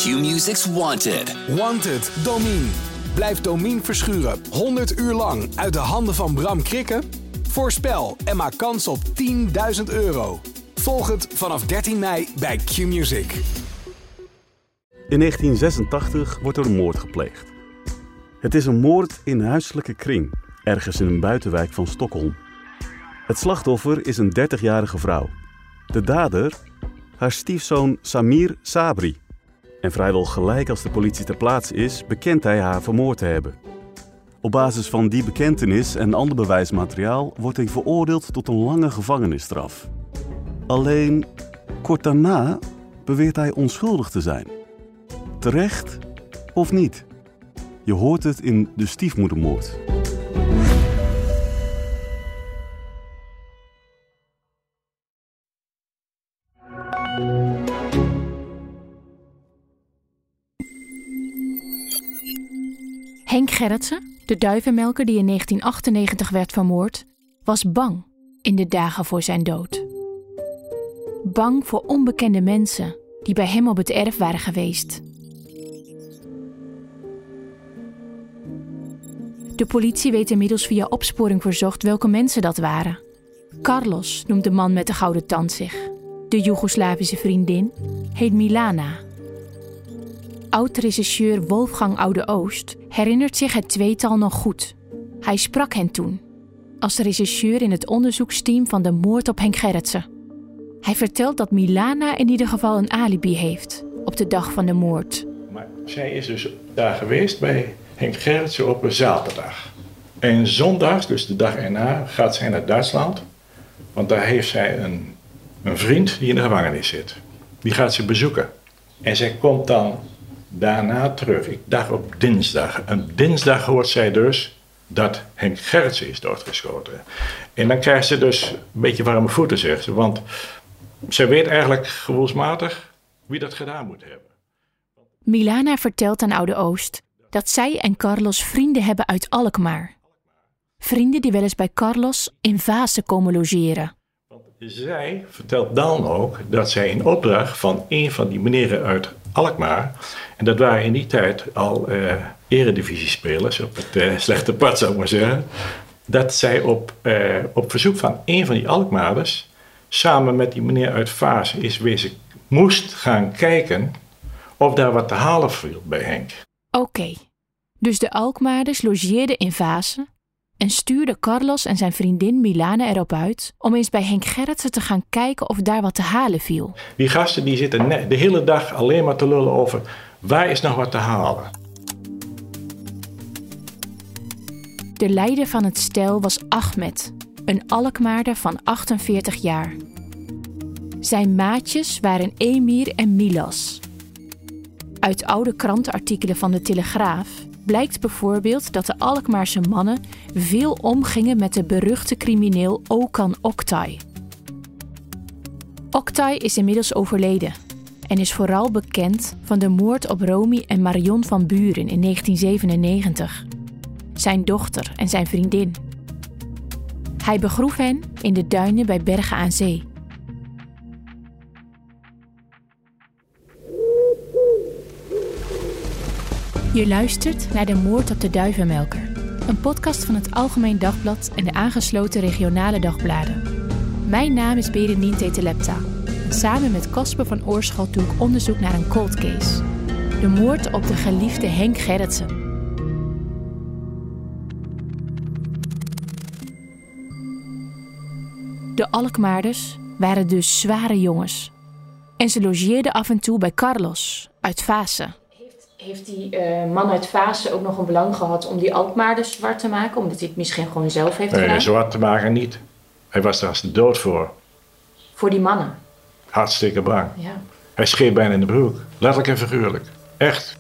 Q-Music's Wanted. Wanted, Domien. Blijft Domien verschuren 100 uur lang uit de handen van Bram Krikke? Voorspel en maak kans op €10.000. Volg het vanaf 13 mei bij Q-Music. In 1986 wordt er een moord gepleegd. Het is een moord in huiselijke kring, ergens in een buitenwijk van Stockholm. Het slachtoffer is een 30-jarige vrouw. De dader, haar stiefzoon Samir Sabri. En vrijwel gelijk als de politie ter plaatse is, bekent hij haar vermoord te hebben. Op basis van die bekentenis en ander bewijsmateriaal wordt hij veroordeeld tot een lange gevangenisstraf. Alleen, kort daarna beweert hij onschuldig te zijn. Terecht of niet? Je hoort het in De Stiefmoedermoord. Henk Gerritsen, de duivenmelker die in 1998 werd vermoord, was bang in de dagen voor zijn dood. Bang voor onbekende mensen die bij hem op het erf waren geweest. De politie weet inmiddels via opsporing verzocht welke mensen dat waren. Carlos noemt de man met de gouden tand zich. De Joegoslavische vriendin heet Milana. Oud-regisseur Wolfgang Oude-Oost herinnert zich het tweetal nog goed. Hij sprak hen toen, als regisseur in het onderzoeksteam van de moord op Henk Gerritsen. Hij vertelt dat Milana in ieder geval een alibi heeft op de dag van de moord. Maar zij is dus daar geweest bij Henk Gerritsen op een zaterdag. En zondag, dus de dag erna, gaat zij naar Duitsland. Want daar heeft zij een vriend die in de gevangenis zit. Die gaat ze bezoeken. En zij komt dan daarna terug. Ik dacht op dinsdag. En dinsdag hoort zij dus dat Henk Gerritsen is doodgeschoten. En dan krijgt ze dus een beetje warme voeten, zegt ze. Want zij weet eigenlijk gevoelsmatig wie dat gedaan moet hebben. Milana vertelt aan Oude-Oost dat zij en Carlos vrienden hebben uit Alkmaar. Vrienden die wel eens bij Carlos in Vaassen komen logeren. Zij vertelt dan ook dat zij in opdracht van een van die meneren uit Alkmaar, en dat waren in die tijd al eredivisiespelers op het slechte pad, zou ik maar zeggen, dat zij op verzoek van een van die Alkmaarders samen met die meneer uit Vaassen moest gaan kijken of daar wat te halen viel bij Henk. Oké, dus de Alkmaarders logeerden in Vaassen en stuurde Carlos en zijn vriendin Milana erop uit om eens bij Henk Gerritsen te gaan kijken of daar wat te halen viel. Die gasten die zitten de hele dag alleen maar te lullen over waar is nog wat te halen. De leider van het stel was Ahmed, een Alkmaarder van 48 jaar. Zijn maatjes waren Emir en Milas. Uit oude krantenartikelen van de Telegraaf blijkt bijvoorbeeld dat de Alkmaarse mannen veel omgingen met de beruchte crimineel Okan Oktay. Oktay is inmiddels overleden en is vooral bekend van de moord op Romy en Marion van Buren in 1997. Zijn dochter en zijn vriendin. Hij begroef hen in de duinen bij Bergen aan Zee. Je luistert naar De Moord op de Duivenmelker. Een podcast van het Algemeen Dagblad en de aangesloten regionale dagbladen. Mijn naam is Berenien Tetelepta. En samen met Casper van Oorschot doe ik onderzoek naar een cold case. De moord op de geliefde Henk Gerritsen. De Alkmaarders waren dus zware jongens. En ze logeerden af en toe bij Carlos uit Vaassen. Heeft die man uit Vaassen ook nog een belang gehad om die Alkmaarders zwart te maken? Omdat hij het misschien gewoon zelf heeft gedaan? Nee, zwart te maken niet. Hij was daar als de dood voor. Voor die mannen? Hartstikke bang. Ja. Hij scheep bijna in de broek. Letterlijk en figuurlijk. Echt.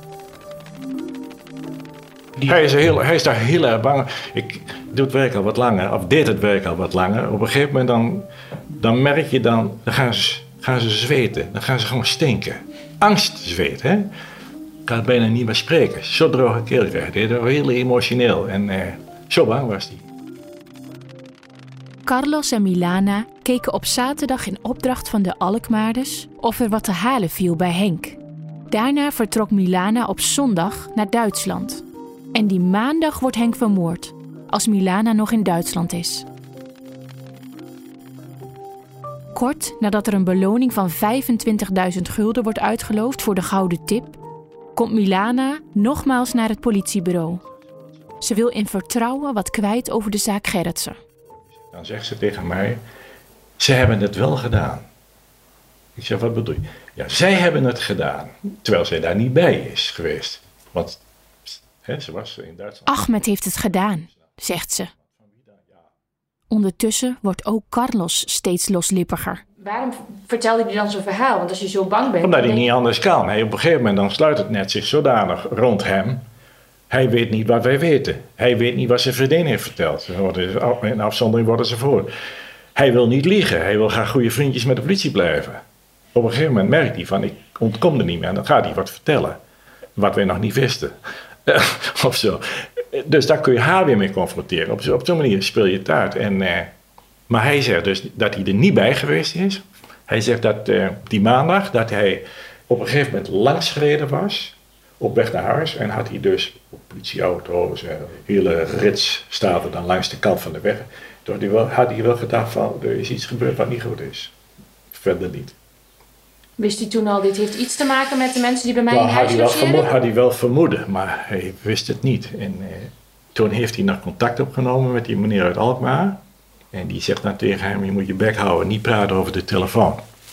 Hij is daar heel erg bang. Ik doe het werk al wat langer. Of deed het werk al wat langer. Op een gegeven moment dan merk je dan gaan ze zweten. Dan gaan ze gewoon stinken. Angstzweet, hè. Ik kan bijna niet meer spreken. Zo droge keel krijg hij. Dat was heel emotioneel. En zo bang was hij. Carlos en Milana keken op zaterdag in opdracht van de Alkmaarders of er wat te halen viel bij Henk. Daarna vertrok Milana op zondag naar Duitsland. En die maandag wordt Henk vermoord, als Milana nog in Duitsland is. Kort nadat er een beloning van 25.000 gulden wordt uitgeloofd voor de gouden tip, komt Milana nogmaals naar het politiebureau. Ze wil in vertrouwen wat kwijt over de zaak Gerritsen. Dan zegt ze tegen mij, ze hebben het wel gedaan. Ik zeg, wat bedoel je? Ja, zij hebben het gedaan, terwijl zij daar niet bij is geweest. Want ze was in Duitsland. Ahmed heeft het gedaan, zegt ze. Ondertussen wordt ook Carlos steeds loslippiger. Waarom vertelde hij dan zo'n verhaal? Want als je zo bang bent... Omdat hij niet anders kan. Op een gegeven moment dan sluit het net zich zodanig rond hem. Hij weet niet wat wij weten. Hij weet niet wat zijn vriendin heeft verteld. In afzondering worden ze voor. Hij wil niet liegen. Hij wil graag goede vriendjes met de politie blijven. Op een gegeven moment merkt hij van, ik ontkom er niet meer. En dan gaat hij wat vertellen. Wat wij nog niet wisten. Of zo. Dus daar kun je haar weer mee confronteren. Op zo'n manier speel je het uit. Maar hij zegt dus dat hij er niet bij geweest is. Hij zegt dat die maandag dat hij op een gegeven moment langs gereden was. Op weg naar huis. En had hij dus politieauto's. Een hele rits staat er dan langs de kant van de weg. Toen had hij wel gedacht van, er is iets gebeurd wat niet goed is. Verder niet. Wist hij toen al, dit heeft iets te maken met de mensen die bij mij in huis logeren? Had hij wel vermoeden, maar hij wist het niet. En toen heeft hij nog contact opgenomen met die meneer uit Alkmaar. En die zegt dan tegen hem, je moet je bek houden, niet praten over de telefoon.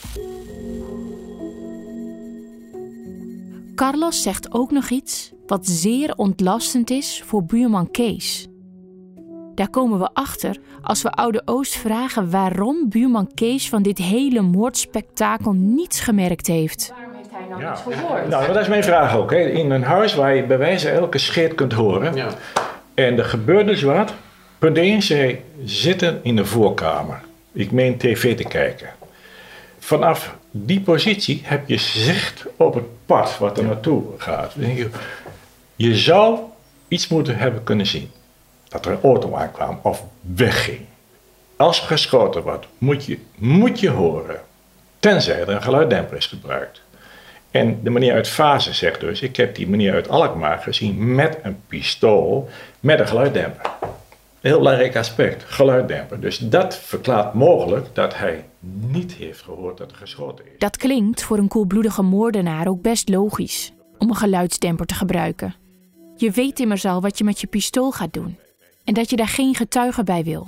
Carlos zegt ook nog iets wat zeer ontlastend is voor buurman Kees. Daar komen we achter als we Oude Oost vragen waarom buurman Kees van dit hele moordspektakel niets gemerkt heeft. Waarom heeft hij nou niets gehoord? Nou, dat is mijn vraag ook. Hè. In een huis waar je bij wijze elke scheet kunt horen. Ja. En er gebeurt dus wat. Punt 1, zij zitten in de voorkamer. Ik meen tv te kijken. Vanaf die positie heb je zicht op het pad wat er naartoe gaat. Je zou iets moeten hebben kunnen zien. Dat er een auto aankwam of wegging. Als er geschoten wordt, moet je horen. Tenzij er een geluiddemper is gebruikt. En de meneer uit Vazen zegt dus, ik heb die meneer uit Alkmaar gezien met een pistool, met een geluiddemper. Een heel belangrijk aspect, geluiddemper. Dus dat verklaart mogelijk dat hij niet heeft gehoord dat er geschoten is. Dat klinkt voor een koelbloedige moordenaar ook best logisch, om een geluidsdemper te gebruiken. Je weet immers al wat je met je pistool gaat doen. En dat je daar geen getuige bij wil.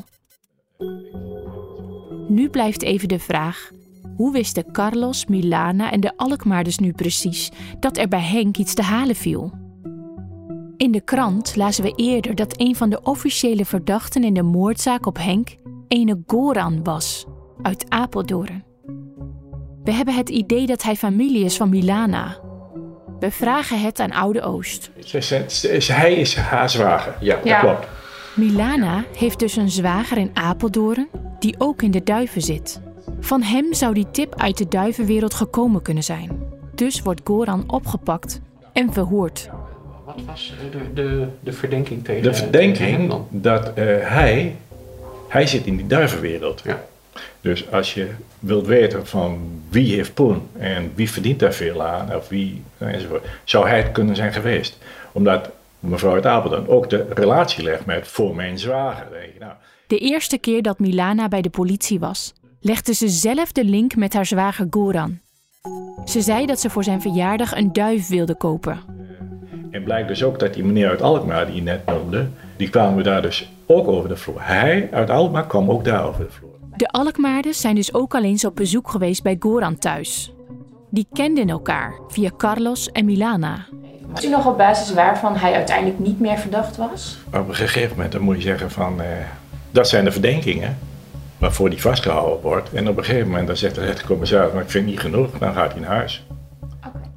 Nu blijft even de vraag, hoe wisten Carlos, Milana en de Alkmaarders nu precies dat er bij Henk iets te halen viel? In de krant lazen we eerder dat een van de officiële verdachten in de moordzaak op Henk ene Goran was, uit Apeldoorn. We hebben het idee dat hij familie is van Milana. We vragen het aan Oude Oost. Hij is haar zwager, ja, dat klopt. Milana heeft dus een zwager in Apeldoorn die ook in de duiven zit. Van hem zou die tip uit de duivenwereld gekomen kunnen zijn. Dus wordt Goran opgepakt en verhoord. Wat was de verdenking tegen de verdenking dat hij zit in die duivenwereld. Ja. Dus als je wilt weten van wie heeft poen en wie verdient daar veel aan of wie enzovoort, zou hij het kunnen zijn geweest. Omdat mevrouw uit Apeldoorn ook de relatie legt met voor mijn zwager. De eerste keer dat Milana bij de politie was, legde ze zelf de link met haar zwager Goran. Ze zei dat ze voor zijn verjaardag een duif wilde kopen. En blijkt dus ook dat die meneer uit Alkmaar die je net noemde, die kwamen daar dus ook over de vloer. Hij uit Alkmaar kwam ook daar over de vloer. De Alkmaarders zijn dus ook al eens op bezoek geweest bij Goran thuis. Die kenden elkaar via Carlos en Milana. Weet u nog op basis waarvan hij uiteindelijk niet meer verdacht was? Op een gegeven moment dan moet je zeggen van, dat zijn de verdenkingen waarvoor hij vastgehouden wordt. En op een gegeven moment dan zegt de rechtercommissaris, maar ik vind niet genoeg, dan gaat hij naar huis. Okay.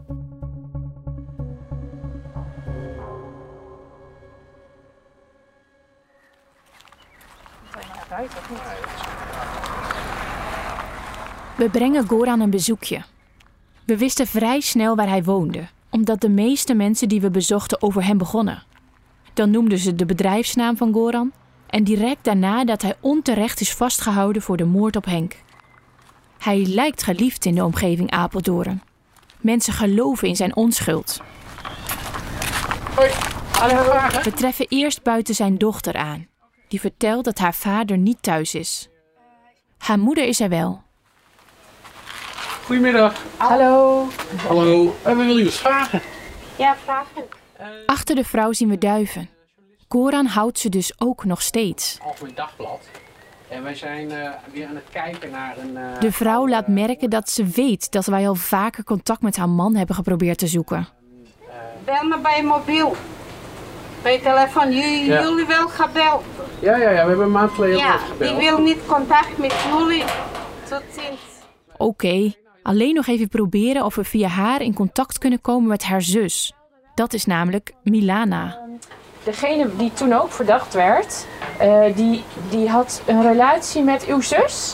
We brengen Goran een bezoekje. We wisten vrij snel waar hij woonde, omdat de meeste mensen die we bezochten over hem begonnen. Dan noemden ze de bedrijfsnaam van Goran en direct daarna dat hij onterecht is vastgehouden voor de moord op Henk. Hij lijkt geliefd in de omgeving Apeldoorn. Mensen geloven in zijn onschuld. Hoi, alle vragen? We treffen eerst buiten zijn dochter aan. Die vertelt dat haar vader niet thuis is. Haar moeder is er wel. Goedemiddag. Hallo. Hallo, we willen u eens vragen. Ja, vragen. Achter de vrouw zien we duiven. Goran houdt ze dus ook nog steeds. Algemeen Dagblad. En wij zijn weer aan het kijken naar een... De vrouw laat merken dat ze weet dat wij al vaker contact met haar man hebben geprobeerd te zoeken. Bel me bij mobiel. Bij telefoon. Jullie wel gebeld. Ja, we hebben een maand geleden Ja, gebeld. die wil niet contact met jullie. Tot ziens. Oké, alleen nog even proberen of we via haar in contact kunnen komen met haar zus. Dat is namelijk Milana. Degene die toen ook verdacht werd, die had een relatie met uw zus?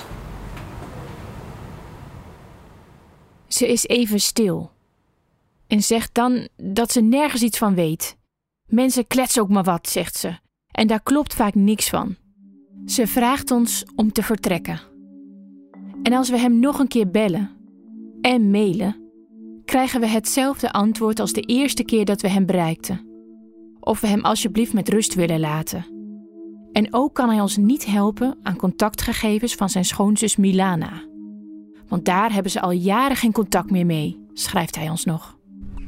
Ze is even stil. En zegt dan dat ze nergens iets van weet. Mensen kletsen ook maar wat, zegt ze. En daar klopt vaak niks van. Ze vraagt ons om te vertrekken. En als we hem nog een keer bellen en mailen, krijgen we hetzelfde antwoord als de eerste keer dat we hem bereikten. Of we hem alsjeblieft met rust willen laten. En ook kan hij ons niet helpen aan contactgegevens van zijn schoonzus Milana. Want daar hebben ze al jaren geen contact meer mee, schrijft hij ons nog.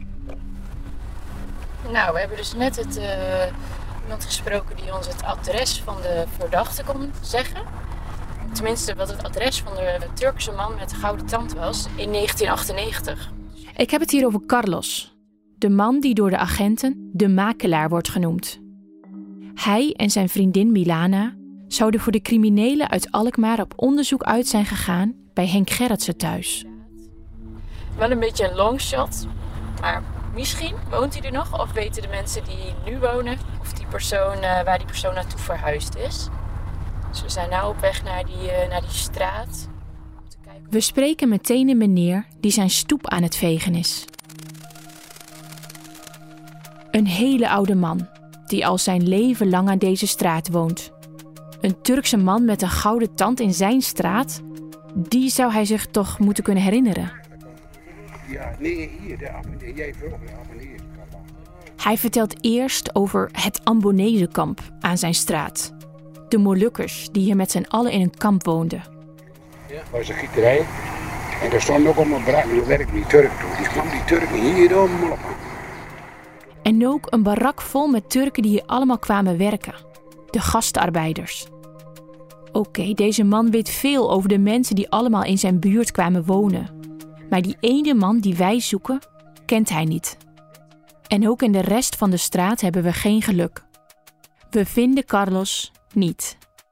Nou, we hebben dus net iemand gesproken die ons het adres van de verdachte kon zeggen. Tenminste, wat het adres van de Turkse man met de gouden tand was in 1998. Ik heb het hier over Carlos. De man die door de agenten de makelaar wordt genoemd. Hij en zijn vriendin Milana zouden voor de criminelen uit Alkmaar op onderzoek uit zijn gegaan bij Henk Gerritsen thuis. Wel een beetje een longshot, maar misschien woont hij er nog of weten de mensen die nu wonen of die persoon, waar die persoon naartoe verhuisd is. Dus we zijn nu op weg naar die straat. We spreken meteen een meneer die zijn stoep aan het vegen is. Een hele oude man die al zijn leven lang aan deze straat woont. Een Turkse man met een gouden tand in zijn straat, die zou hij zich toch moeten kunnen herinneren. Ja, nee, hier, jij vroeg, meneer. Hij vertelt eerst over het Ambonezenkamp aan zijn straat. De Molukkers die hier met z'n allen in een kamp woonden. Dat was een gieterij. En er stond ook allemaal werk die Turk toe. Die kwam die Turken hier allemaal op. En ook een barak vol met Turken die hier allemaal kwamen werken. De gastarbeiders. Oké, deze man weet veel over de mensen die allemaal in zijn buurt kwamen wonen. Maar die ene man die wij zoeken, kent hij niet. En ook in de rest van de straat hebben we geen geluk. We vinden Carlos niet.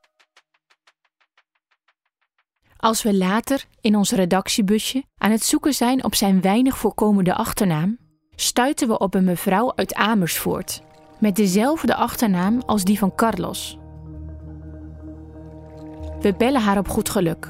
Als we later in ons redactiebusje aan het zoeken zijn op zijn weinig voorkomende achternaam, stuiten we op een mevrouw uit Amersfoort met dezelfde achternaam als die van Carlos. We bellen haar op goed geluk.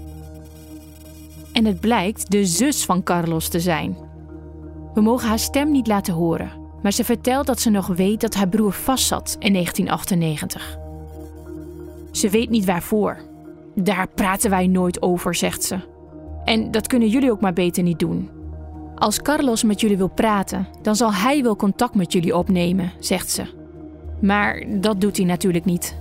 En het blijkt de zus van Carlos te zijn. We mogen haar stem niet laten horen, maar ze vertelt dat ze nog weet dat haar broer vastzat in 1998. Ze weet niet waarvoor. Daar praten wij nooit over, zegt ze. En dat kunnen jullie ook maar beter niet doen. Als Carlos met jullie wil praten, dan zal hij wel contact met jullie opnemen, zegt ze. Maar dat doet hij natuurlijk niet.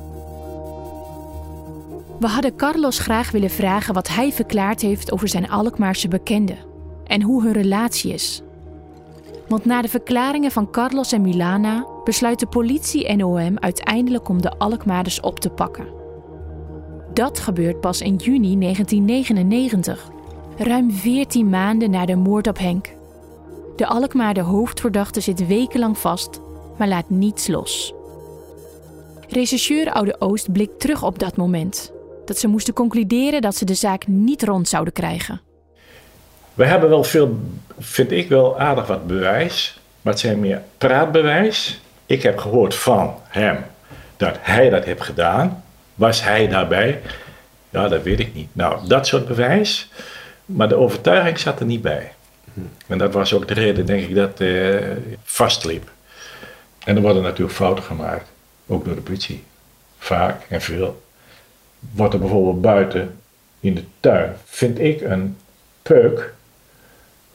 We hadden Carlos graag willen vragen wat hij verklaard heeft over zijn Alkmaarse bekende en hoe hun relatie is. Want na de verklaringen van Carlos en Milana besluiten politie en OM uiteindelijk om de Alkmaarders op te pakken. Dat gebeurt pas in juni 1999, ruim 14 maanden na de moord op Henk. De Alkmaarder hoofdverdachte zit wekenlang vast, maar laat niets los. Rechercheur Oude Oost blikt terug op dat moment. Dat ze moesten concluderen dat ze de zaak niet rond zouden krijgen. We hebben wel veel, vind ik wel aardig wat bewijs. Maar het zijn meer praatbewijs. Ik heb gehoord van hem dat hij dat heeft gedaan. Was hij daarbij? Ja, dat weet ik niet. Nou, dat soort bewijs. Maar de overtuiging zat er niet bij. En dat was ook de reden, denk ik, dat vastliep. En er worden natuurlijk fouten gemaakt. Ook door de politie. Vaak en veel. Wordt er bijvoorbeeld buiten in de tuin, vind ik, een peuk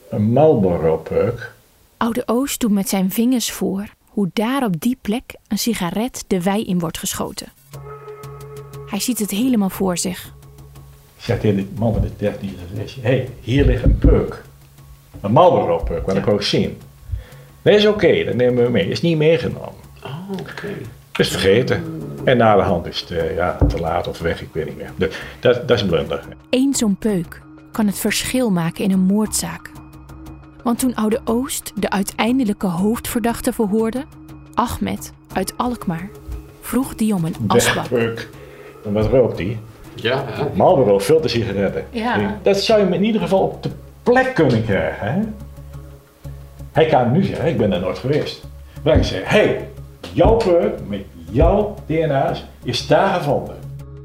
een Marlboro-peuk. Oude Oost doet met zijn vingers voor hoe daar op die plek een sigaret de wei in wordt geschoten. Hij ziet het helemaal voor zich. Zegt tegen de man met de 13 hé, hier ligt een peuk. Een Marlboro-peuk, wat ik ook zien. Dat is oké, dat nemen we mee. Is niet meegenomen. Oh, oké. Is vergeten. En na de hand is het te laat of weg, ik weet niet meer. Dat is een blunder. Eén zo'n peuk kan het verschil maken in een moordzaak. Want toen Oude Oost de uiteindelijke hoofdverdachte verhoorde, Ahmed uit Alkmaar, vroeg die om een asbak. Peuk. En wat rookt die? Ja. Marlboro, filtersigaretten. Ja. Dat zou je hem in ieder geval op de plek kunnen krijgen. Hè? Hij kan nu zeggen, ik ben er nooit geweest. Dan kan je zeggen, hé, jouw peuk met jouw DNA's is daar gevonden.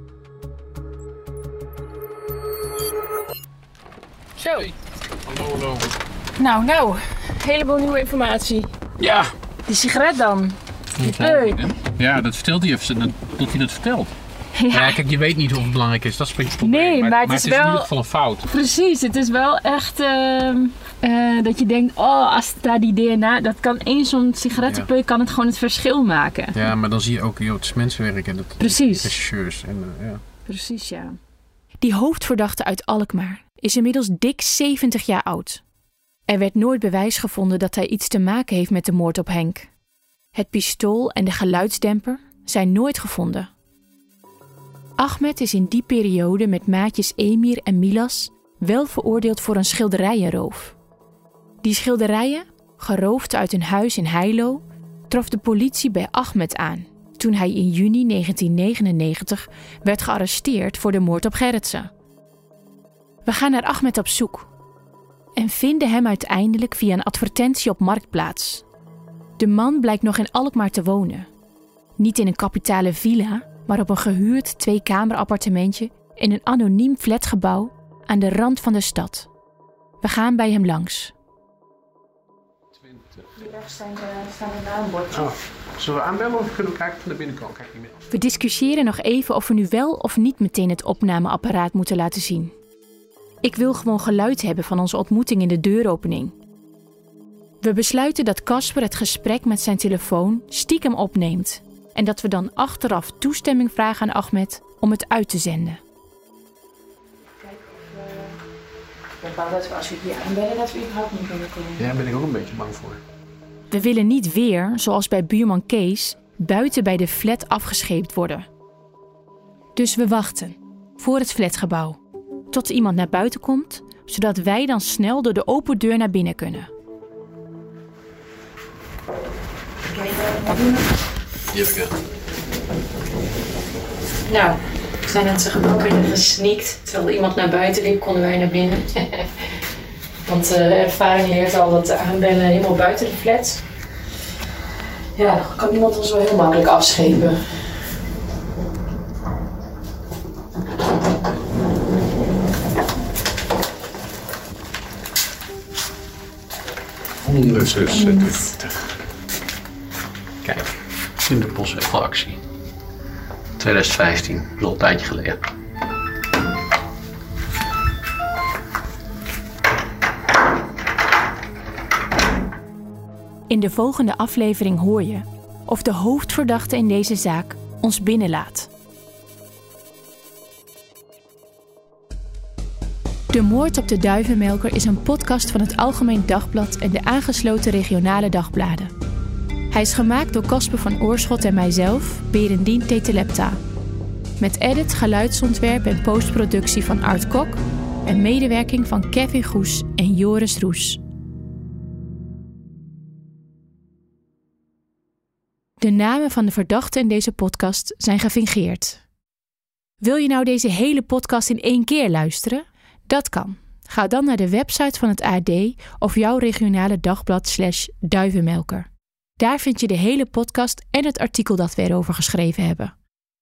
Zo. Hallo. Nou, heleboel nieuwe informatie. Ja. Die sigaret dan. Die peuk. Ja, dat vertelt hij even, dat hij dat vertelt. Ja, kijk, je weet niet hoe het belangrijk is. Dat is een beetje het probleem. Nee, maar het is wel in ieder geval een fout. Precies, het is wel echt dat je denkt, als daar die DNA, dat kan één zo'n sigarettenpeuk kan het gewoon het verschil maken. Ja, maar dan zie je ook, het is mensenwerk en dat Precies. rechercheurs en ja. Precies, ja. Die hoofdverdachte uit Alkmaar is inmiddels dik 70 jaar oud. Er werd nooit bewijs gevonden dat hij iets te maken heeft met de moord op Henk. Het pistool en de geluidsdemper zijn nooit gevonden. Ahmed is in die periode met maatjes Emir en Milas wel veroordeeld voor een schilderijenroof. Die schilderijen, geroofd uit een huis in Heilo, trof de politie bij Ahmed aan toen hij in juni 1999 werd gearresteerd voor de moord op Gerritsen. We gaan naar Ahmed op zoek en vinden hem uiteindelijk via een advertentie op Marktplaats. De man blijkt nog in Alkmaar te wonen. Niet in een kapitale villa, maar op een gehuurd 2-kamer-appartementje in een anoniem flatgebouw aan de rand van de stad. We gaan bij hem langs. 20. Rechts staan de naambordjes. Oh. Zullen we aanbellen of kunnen we kijken van de binnenkant? Kijk niet meer. We discussiëren nog even of we nu wel of niet meteen het opnameapparaat moeten laten zien. Ik wil gewoon geluid hebben van onze ontmoeting in de deuropening. We besluiten dat Casper het gesprek met zijn telefoon stiekem opneemt en dat we dan achteraf toestemming vragen aan Ahmed om het uit te zenden. Ik denk dat we als we hier aanbellen dat we überhaupt niet binnenkomen. Ja, daar ben ik ook een beetje bang voor. We willen niet weer, zoals bij buurman Kees, buiten bij de flat afgescheept worden. Dus we wachten voor het flatgebouw tot iemand naar buiten komt, zodat wij dan snel door de open deur naar binnen kunnen. Die heb ik wel. Nou, we zijn uit zijn gebouw binnen gesneakt. Terwijl iemand naar buiten liep, konden wij naar binnen. Want ervaring leert al dat aanbellen helemaal buiten de flat. Ja, dan kan iemand ons wel heel makkelijk afschepen. Kijk, in de postzegelactie. 2015, dat is al een tijdje geleden. In de volgende aflevering hoor je of de hoofdverdachte in deze zaak ons binnenlaat. De moord op de duivenmelker is een podcast van het Algemeen Dagblad en de aangesloten regionale dagbladen. Hij is gemaakt door Casper van Oorschot en mijzelf, Berendien Tetelepta. Met edit, geluidsontwerp en postproductie van Art Kok en medewerking van Kevin Goes en Joris Roes. De namen van de verdachten in deze podcast zijn gefingeerd. Wil je nou deze hele podcast in 1 keer luisteren? Dat kan. Ga dan naar de website van het AD of jouw regionale dagblad /duivenmelker. Daar vind je de hele podcast en het artikel dat we erover geschreven hebben.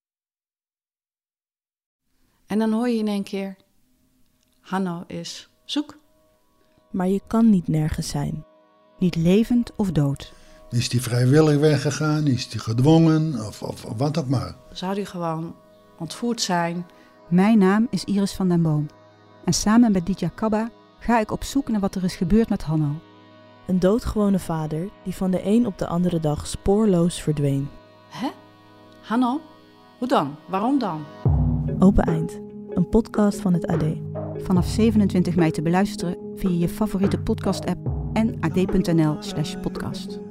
En dan hoor je in 1 keer, Hanno is zoek. Maar je kan niet nergens zijn. Niet levend of dood. Is die vrijwillig weggegaan? Is die gedwongen? Of wat ook maar. Zou die gewoon ontvoerd zijn? Mijn naam is Iris van den Boom. En samen met Ditya Kabba ga ik op zoek naar wat er is gebeurd met Hanno. Een doodgewone vader die van de een op de andere dag spoorloos verdween. Hè? Hanno? Hoe dan? Waarom dan? Open Eind, een podcast van het AD. Vanaf 27 mei te beluisteren via je favoriete podcast-app en ad.nl/podcast.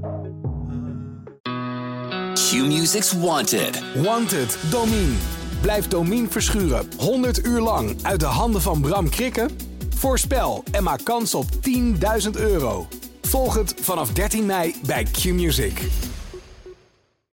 Q-Music's Wanted. Wanted, Domien. Blijf Domien verschuren 100 uur lang uit de handen van Bram Krikke? Voorspel en maak kans op €10.000. Volg het vanaf 13 mei bij Q-Music.